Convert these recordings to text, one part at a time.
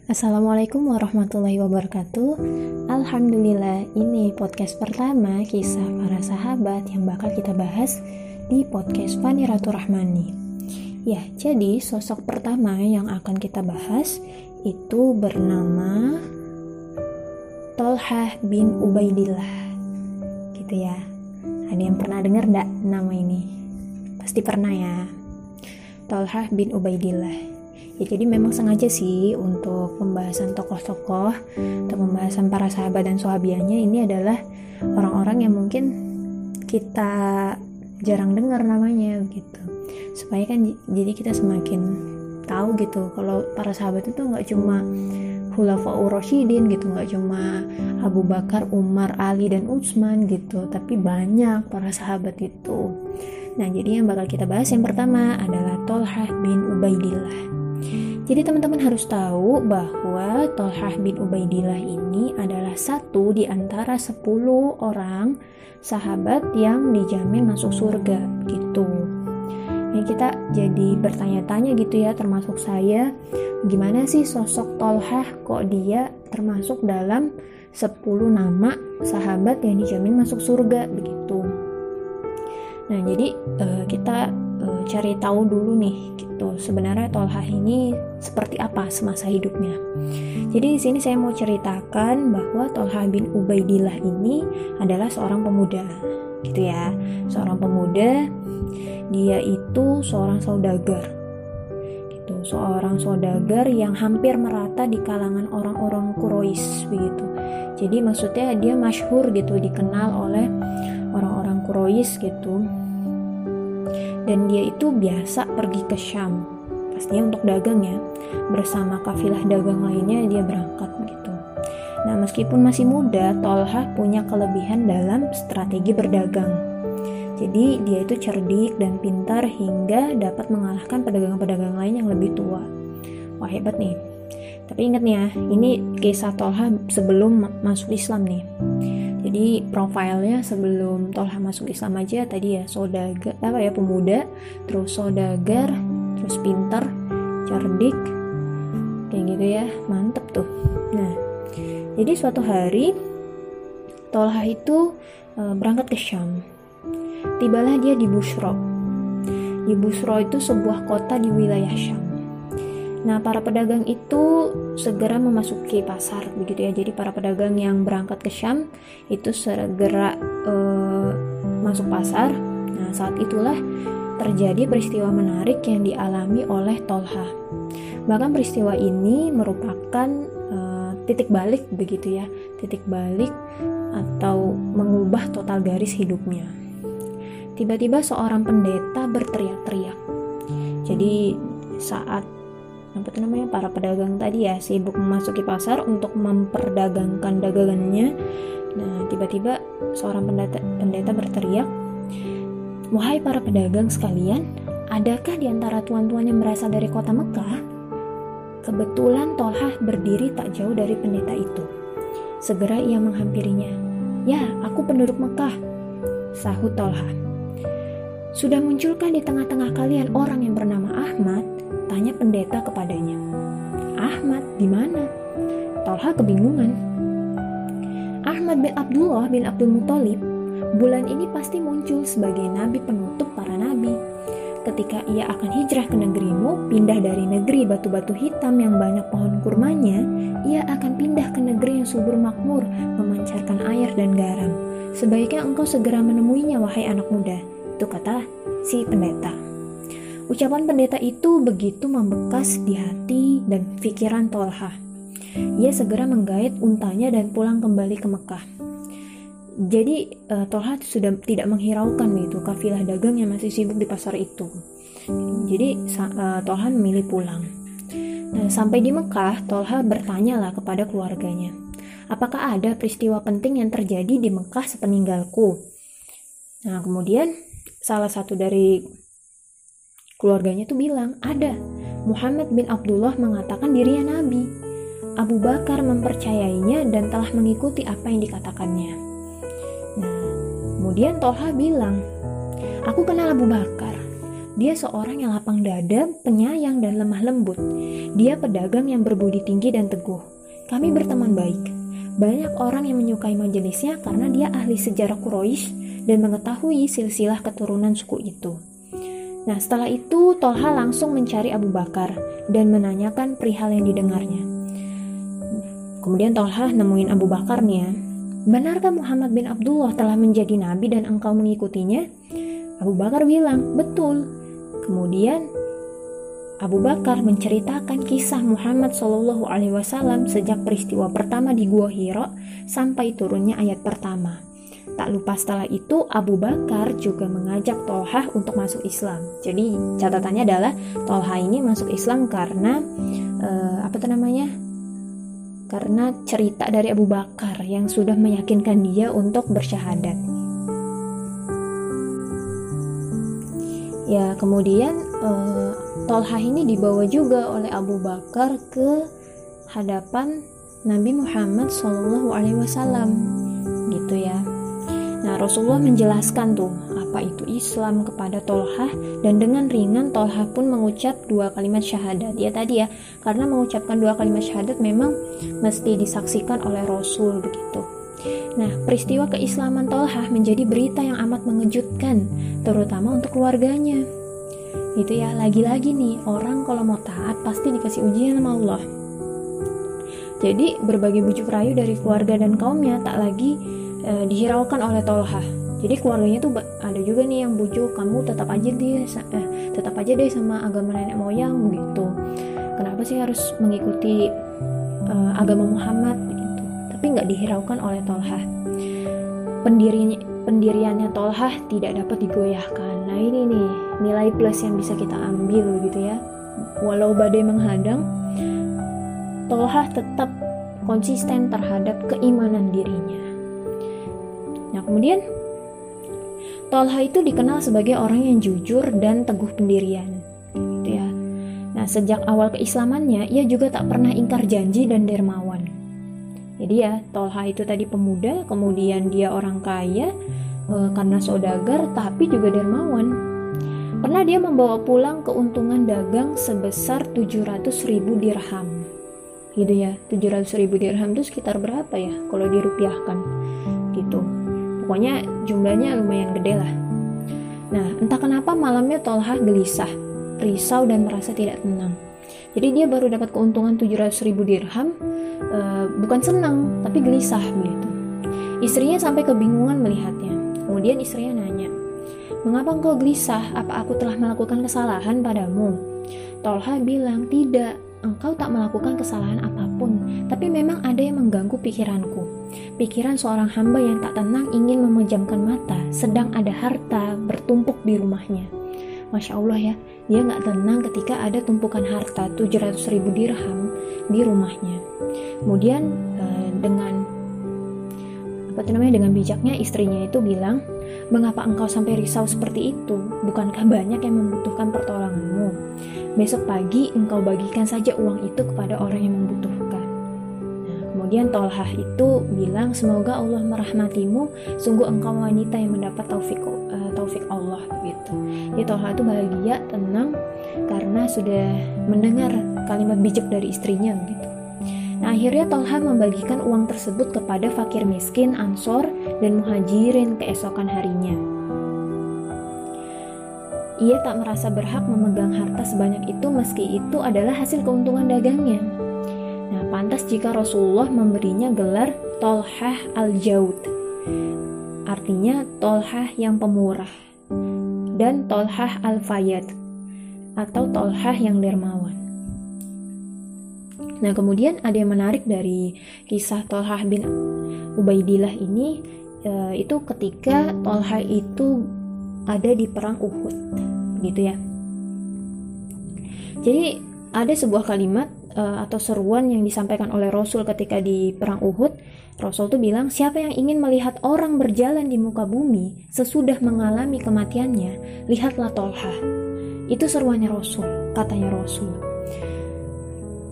Assalamualaikum warahmatullahi wabarakatuh. Alhamdulillah, ini podcast pertama kisah para sahabat yang bakal kita bahas di podcast Fani Ratu Rahmani. Ya, jadi sosok pertama yang akan kita bahas itu bernama Thalhah bin Ubaidillah. Gitu ya. Ada yang pernah dengar enggak nama ini? Pasti pernah ya. Thalhah bin Ubaidillah. Ya, jadi memang sengaja sih untuk pembahasan tokoh-tokoh atau pembahasan para sahabat dan sahabiannya ini adalah orang-orang yang mungkin kita jarang dengar namanya gitu. Supaya kan jadi kita semakin tahu gitu kalau para sahabat itu nggak cuma Khulafaur Rasyidin gitu, nggak cuma Abu Bakar, Umar, Ali dan Utsman gitu, tapi banyak para sahabat itu. Nah, jadi yang bakal kita bahas yang pertama adalah Thalhah bin Ubaidillah. Jadi teman-teman harus tahu bahwa Thalhah bin Ubaidillah ini adalah satu di antara 10 orang sahabat yang dijamin masuk surga gitu. Ini kita jadi bertanya-tanya gitu ya, termasuk saya, gimana sih sosok Thalhah kok dia termasuk dalam 10 nama sahabat yang dijamin masuk surga begitu. Nah, jadi kita cari tahu dulu nih gitu. Sebenarnya Thalhah ini seperti apa semasa hidupnya. Jadi di sini saya mau ceritakan bahwa Thalhah bin Ubaidillah ini adalah seorang pemuda, gitu ya. Seorang pemuda, dia itu seorang saudagar. Gitu, seorang saudagar yang hampir merata di kalangan orang-orang Quraisy begitu. Jadi maksudnya dia masyhur gitu, dikenal oleh orang-orang Quraisy gitu. Dan dia itu biasa pergi ke Syam, pastinya untuk dagang ya, bersama kafilah dagang lainnya dia berangkat gitu. Nah, meskipun masih muda, Thalhah punya kelebihan dalam strategi berdagang. Jadi dia itu cerdik dan pintar hingga dapat mengalahkan pedagang-pedagang lain yang lebih tua. Wah, hebat nih. Tapi ingat nih ya, ini kisah Thalhah sebelum masuk Islam nih. Jadi profilnya sebelum Thalhah masuk Islam aja tadi ya, saudagar, pemuda, terus saudagar, terus pintar, cerdik, kayak gitu ya, mantep tuh. Nah, jadi suatu hari Thalhah itu berangkat ke Syam. Tibalah dia di Busra. Di Busra itu sebuah kota di wilayah Syam. Nah, para pedagang itu segera memasuki pasar begitu ya. Jadi para pedagang yang berangkat ke Syam itu segera masuk pasar. Nah, saat itulah terjadi peristiwa menarik yang dialami oleh Thalhah. Bahkan peristiwa ini merupakan titik balik begitu ya. Titik balik atau mengubah total garis hidupnya. Tiba-tiba seorang pendeta berteriak-teriak. Jadi saat para pedagang tadi ya sibuk memasuki pasar untuk memperdagangkan dagangannya. Nah, tiba-tiba seorang pendeta berteriak, "Wahai para pedagang sekalian, adakah di antara tuan-tuan yang berasal dari kota Mekah?" Kebetulan Thalhah berdiri tak jauh dari pendeta itu. Segera ia menghampirinya. "Ya, aku penduduk Mekah," sahut Thalhah. "Sudah munculkah di tengah-tengah kalian orang yang bernama Ahmad?" tanya pendeta kepadanya. "Ahmad, di mana?" Thalhah kebingungan. "Ahmad bin Abdullah bin Abdul Muthalib. Bulan ini pasti muncul sebagai nabi penutup para nabi. Ketika ia akan hijrah ke negerimu, pindah dari negeri batu-batu hitam yang banyak pohon kurmanya, ia akan pindah ke negeri yang subur makmur, memancarkan air dan garam. Sebaiknya engkau segera menemuinya, wahai anak muda," itu kata si pendeta. Ucapan pendeta itu begitu membekas di hati dan pikiran Thalhah. Ia segera menggait untanya dan pulang kembali ke Mekah. Jadi Thalhah sudah tidak menghiraukan itu kafilah dagang yang masih sibuk di pasar itu. Jadi Thalhah memilih pulang. Nah, sampai di Mekah, Thalhah bertanyalah kepada keluarganya, "Apakah ada peristiwa penting yang terjadi di Mekah sepeninggalku?" Nah, kemudian salah satu dari keluarganya tuh bilang, "Ada. Muhammad bin Abdullah mengatakan dirinya nabi. Abu Bakar mempercayainya dan telah mengikuti apa yang dikatakannya." Nah, kemudian Thalhah bilang, "Aku kenal Abu Bakar. Dia seorang yang lapang dada, penyayang dan lemah lembut. Dia pedagang yang berbudi tinggi dan teguh. Kami berteman baik. Banyak orang yang menyukai majelisnya karena dia ahli sejarah Quraisy dan mengetahui silsilah keturunan suku itu. Nah, setelah itu Tolha langsung mencari Abu Bakar dan menanyakan perihal yang didengarnya. Kemudian Tolha nemuin Abu Bakar nih ya. Benarkah Muhammad bin Abdullah telah menjadi nabi dan engkau mengikutinya? Abu Bakar bilang, betul. Kemudian Abu Bakar menceritakan kisah Muhammad SAW sejak peristiwa pertama di Gua Hira sampai turunnya ayat pertama. Tak lupa setelah itu Abu Bakar juga mengajak Tolha untuk masuk Islam. Jadi catatannya adalah Tolha ini masuk Islam karena karena cerita dari Abu Bakar yang sudah meyakinkan dia untuk bersyahadat. Ya, kemudian Tolha ini dibawa juga oleh Abu Bakar ke hadapan Nabi Muhammad SAW, gitu ya. Nah, Rasulullah menjelaskan tuh apa itu Islam kepada Tolha, dan dengan ringan Tolha pun mengucap 2 kalimat syahadat. Ya tadi ya, karena mengucapkan 2 kalimat syahadat memang mesti disaksikan oleh Rasul begitu. Nah, peristiwa keislaman Tolha menjadi berita yang amat mengejutkan, terutama untuk keluarganya. Itu ya, lagi-lagi nih, orang kalau mau taat pasti dikasih ujian sama Allah. Jadi, berbagai bujuk rayu dari keluarga dan kaumnya tak lagi dihiraukan oleh Tolha. Jadi keluarganya tuh ada juga nih yang bujuk, kamu tetap aja deh sama agama nenek moyang begitu. Kenapa sih harus mengikuti agama Muhammad begitu? Tapi nggak dihiraukan oleh Tolha. Pendiriannya Tolha tidak dapat digoyahkan. Nah ini nih nilai plus yang bisa kita ambil gitu ya. Walau badai menghadang, Tolha tetap konsisten terhadap keimanan dirinya. Nah kemudian Tolha itu dikenal sebagai orang yang jujur dan teguh pendirian, gitu ya. Nah sejak awal keislamannya ia juga tak pernah ingkar janji dan dermawan. Jadi ya Tolha itu tadi pemuda, kemudian dia orang kaya karena saudagar, tapi juga dermawan. Pernah dia membawa pulang keuntungan dagang sebesar 700.000 dirham, gitu ya. 700.000 dirham itu sekitar berapa ya kalau dirupiahkan, gitu. Pokoknya jumlahnya lumayan gede lah. Nah, entah kenapa malamnya Tolha gelisah, risau dan merasa tidak tenang. Jadi dia baru dapat keuntungan 700.000 dirham, bukan senang, tapi gelisah begitu. Istrinya sampai kebingungan melihatnya. Kemudian istrinya nanya, "Mengapa engkau gelisah? Apa aku telah melakukan kesalahan padamu?" Tolha bilang, "Tidak, engkau tak melakukan kesalahan apapun, tapi memang ada yang mengganggu pikiranku. Pikiran seorang hamba yang tak tenang ingin memejamkan mata, sedang ada harta bertumpuk di rumahnya." Masya Allah ya, dia gak tenang ketika ada tumpukan harta 700.000 dirham di rumahnya. Kemudian dengan bijaknya istrinya itu bilang, "Mengapa engkau sampai risau seperti itu? Bukankah banyak yang membutuhkan pertolonganmu? Besok pagi engkau bagikan saja uang itu kepada orang yang membutuhkan." Nah, kemudian Tolha itu bilang, "Semoga Allah merahmatimu, sungguh engkau wanita yang mendapat taufik Allah," gitu. Jadi Tolha itu bahagia, tenang karena sudah mendengar kalimat bijak dari istrinya gitu. Nah, akhirnya Tolha membagikan uang tersebut kepada fakir miskin, Ansor, dan Muhajirin keesokan harinya. Ia tak merasa berhak memegang harta sebanyak itu meski itu adalah hasil keuntungan dagangnya. Nah, pantas jika Rasulullah memberinya gelar Tolhah al-Jaud, artinya Tolhah yang pemurah, dan Tolhah al-Fayyad, atau Tolhah yang dermawan. Nah, kemudian ada yang menarik dari kisah Tolha bin Ubaidillah ini, itu ketika Tolha itu ada di perang Uhud, gitu ya. Jadi ada sebuah kalimat atau seruan yang disampaikan oleh Rasul ketika di perang Uhud. Rasul tuh bilang, "Siapa yang ingin melihat orang berjalan di muka bumi sesudah mengalami kematiannya, lihatlah Tolha." Itu seruannya Rasul, katanya Rasul.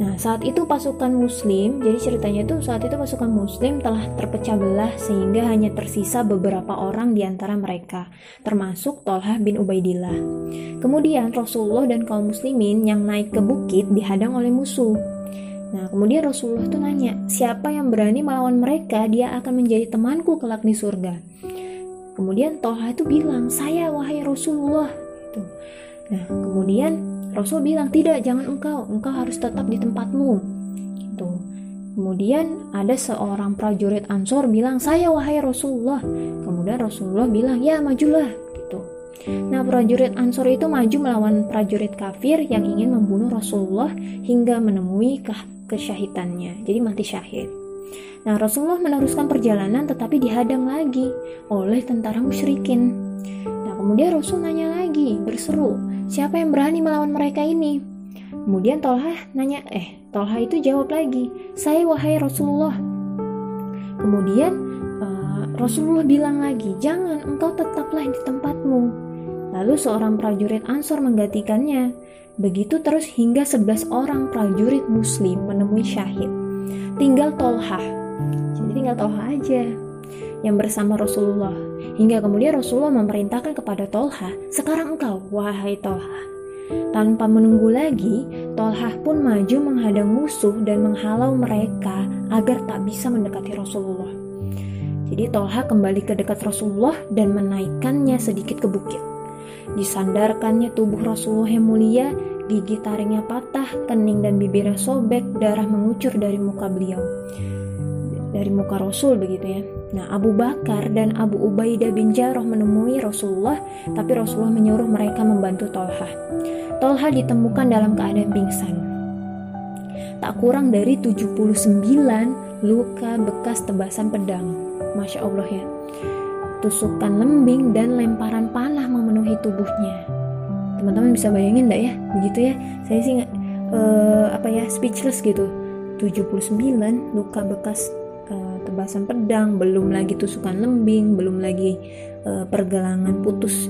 Nah, saat itu pasukan muslim, jadi ceritanya itu saat itu pasukan muslim telah terpecah belah sehingga hanya tersisa beberapa orang di antara mereka, termasuk Thalhah bin Ubaidillah. Kemudian Rasulullah dan kaum muslimin yang naik ke bukit dihadang oleh musuh. Nah, kemudian Rasulullah tuh nanya, siapa yang berani melawan mereka, dia akan menjadi temanku kelak di surga. Kemudian Thalhah itu bilang, saya wahai Rasulullah. Gitu. Nah, kemudian Rasul bilang, tidak, jangan engkau harus tetap di tempatmu. Gitu. Kemudian ada seorang prajurit Ansor bilang, saya wahai Rasulullah. Kemudian Rasulullah bilang, ya majulah. Gitu. Nah, prajurit Ansor itu maju melawan prajurit kafir yang ingin membunuh Rasulullah hingga menemui kesyahidannya, jadi mati syahid. Nah, Rasulullah meneruskan perjalanan tetapi dihadang lagi oleh tentara musyrikin. Nah, kemudian Rasul nanya lagi, berseru, siapa yang berani melawan mereka ini? Kemudian Thalhah itu jawab lagi, saya wahai Rasulullah. Kemudian Rasulullah bilang lagi, jangan, engkau tetaplah di tempatmu. Lalu seorang prajurit Ansor menggantikannya. Begitu terus hingga 11 orang prajurit muslim menemui syahid. Tinggal Thalhah. Jadi tinggal Thalhah aja yang bersama Rasulullah. Hingga kemudian Rasulullah memerintahkan kepada Thalhah, sekarang engkau, wahai Thalhah. Tanpa menunggu lagi, Thalhah pun maju menghadang musuh dan menghalau mereka agar tak bisa mendekati Rasulullah. Jadi Thalhah kembali ke dekat Rasulullah dan menaikkannya sedikit ke bukit. Disandarkannya tubuh Rasulullah yang mulia, gigi taringnya patah, kening dan bibirnya sobek, darah mengucur dari muka beliau. Dari muka Rasul begitu ya. Nah, Abu Bakar dan Abu Ubaidah bin Jarrah menemui Rasulullah, tapi Rasulullah menyuruh mereka membantu Thalhah. Thalhah ditemukan dalam keadaan pingsan. Tak kurang dari 79 luka bekas tebasan pedang. Masya Allah ya. Tusukan lembing dan lemparan panah memenuhi tubuhnya. Teman-teman bisa bayangin enggak ya? Begitu ya. Saya sih speechless gitu. 79 luka bekas tebasan pedang, belum lagi tusukan lembing, belum lagi pergelangan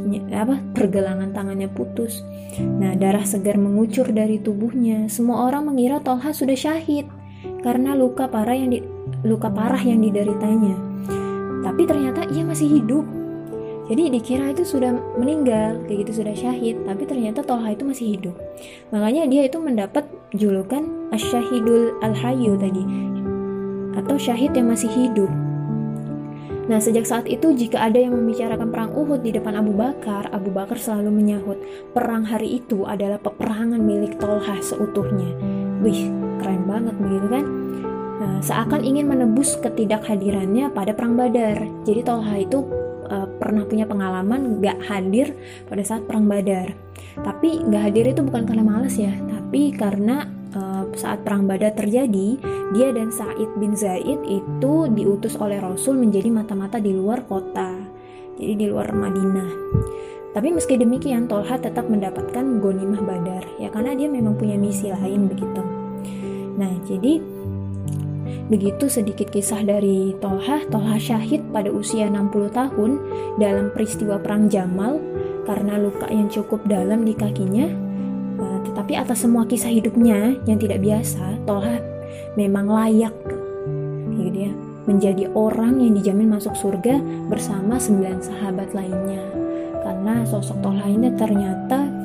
tangannya putus. Nah, darah segar mengucur dari tubuhnya. Semua orang mengira Thalhah sudah syahid karena luka parah yang dideritanya. Tapi ternyata ia masih hidup. Jadi dikira itu sudah meninggal, kayak gitu sudah syahid, tapi ternyata Thalhah itu masih hidup. Makanya dia itu mendapat julukan Asy-Syahidul Al-Hayyu tadi, atau syahid yang masih hidup. Nah, sejak saat itu jika ada yang membicarakan perang Uhud di depan Abu Bakar selalu menyahut, perang hari itu adalah peperangan milik Thalhah seutuhnya. Wih, keren banget begitu kan? Nah, seakan ingin menebus ketidakhadirannya pada perang Badar. Jadi Thalhah itu pernah punya pengalaman gak hadir pada saat perang Badar. Tapi gak hadir itu bukan karena malas ya, tapi karena saat perang Badar terjadi, dia dan Sa'id bin Zaid itu diutus oleh Rasul menjadi mata-mata di luar kota, jadi di luar Madinah. Tapi meski demikian, Thalhah tetap mendapatkan ghanimah Badar, ya karena dia memang punya misi lain begitu. Nah, jadi begitu sedikit kisah dari Thalhah. Thalhah syahid pada usia 60 tahun dalam peristiwa perang Jamal karena luka yang cukup dalam di kakinya. Tetapi atas semua kisah hidupnya yang tidak biasa, Thalhah memang layak gitu ya, menjadi orang yang dijamin masuk surga bersama 9 sahabat lainnya. Karena sosok Thalhah ini ternyata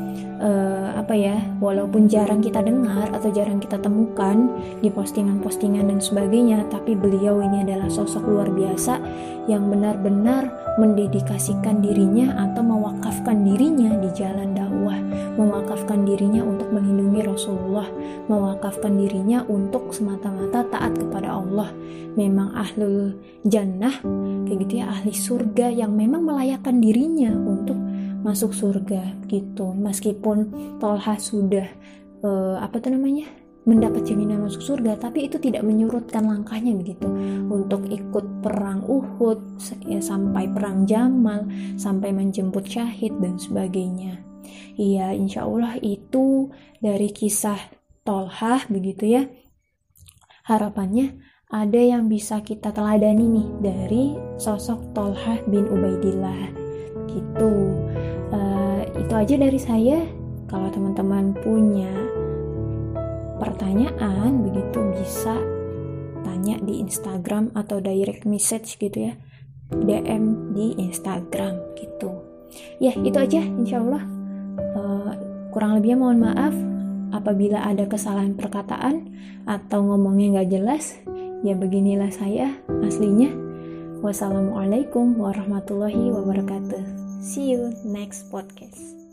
walaupun jarang kita dengar atau jarang kita temukan di postingan-postingan dan sebagainya, tapi beliau ini adalah sosok luar biasa yang benar-benar mendedikasikan dirinya atau mewakafkan dirinya di jalan dakwah, mewakafkan dirinya untuk melindungi Rasulullah, mewakafkan dirinya untuk semata-mata taat kepada Allah. Memang ahlul jannah, kayak gitu ya, ahli surga yang memang melayakkan dirinya untuk masuk surga gitu. Meskipun Thalhah sudah mendapat jaminan masuk surga, tapi itu tidak menyurutkan langkahnya begitu untuk ikut perang Uhud ya, sampai perang Jamal, sampai menjemput syahid dan sebagainya. Iya, insya Allah itu dari kisah Thalhah begitu ya. Harapannya ada yang bisa kita teladani nih dari sosok Thalhah bin Ubaidillah gitu. Itu aja dari saya. Kalau teman-teman punya pertanyaan begitu bisa tanya di Instagram atau direct message gitu ya, DM di Instagram gitu. Ya itu aja insyaallah. Kurang lebihnya mohon maaf apabila ada kesalahan perkataan atau ngomongnya gak jelas. Ya beginilah saya aslinya. Wassalamualaikum warahmatullahi wabarakatuh. See you next podcast.